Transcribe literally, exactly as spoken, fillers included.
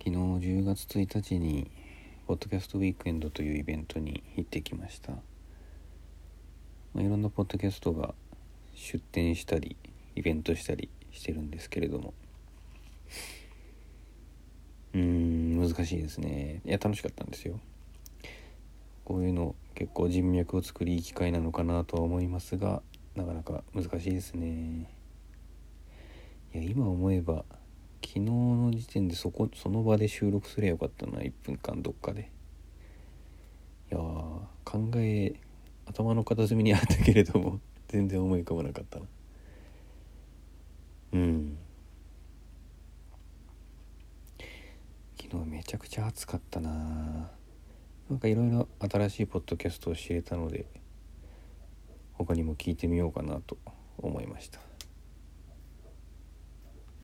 昨日じゅうがつついたちにポッドキャストウィークエンドというイベントに行ってきました。まあ、いろんなポッドキャストが出展したりイベントしたりしてるんですけれども、うーん難しいですね。いや楽しかったんですよ。こういうの結構人脈を作りいい機会なのかなとは思いますが、なかなか難しいですね。いや今思えば昨日の時点でそこその場で収録すればよかったな。いっぷんかんどっかで。いやー考え頭の片隅にあったけれども全然思い浮かばなかったな。うん昨日めちゃくちゃ暑かったな。なんかいろいろ新しいポッドキャストを知れたので他にも聞いてみようかなと思いました。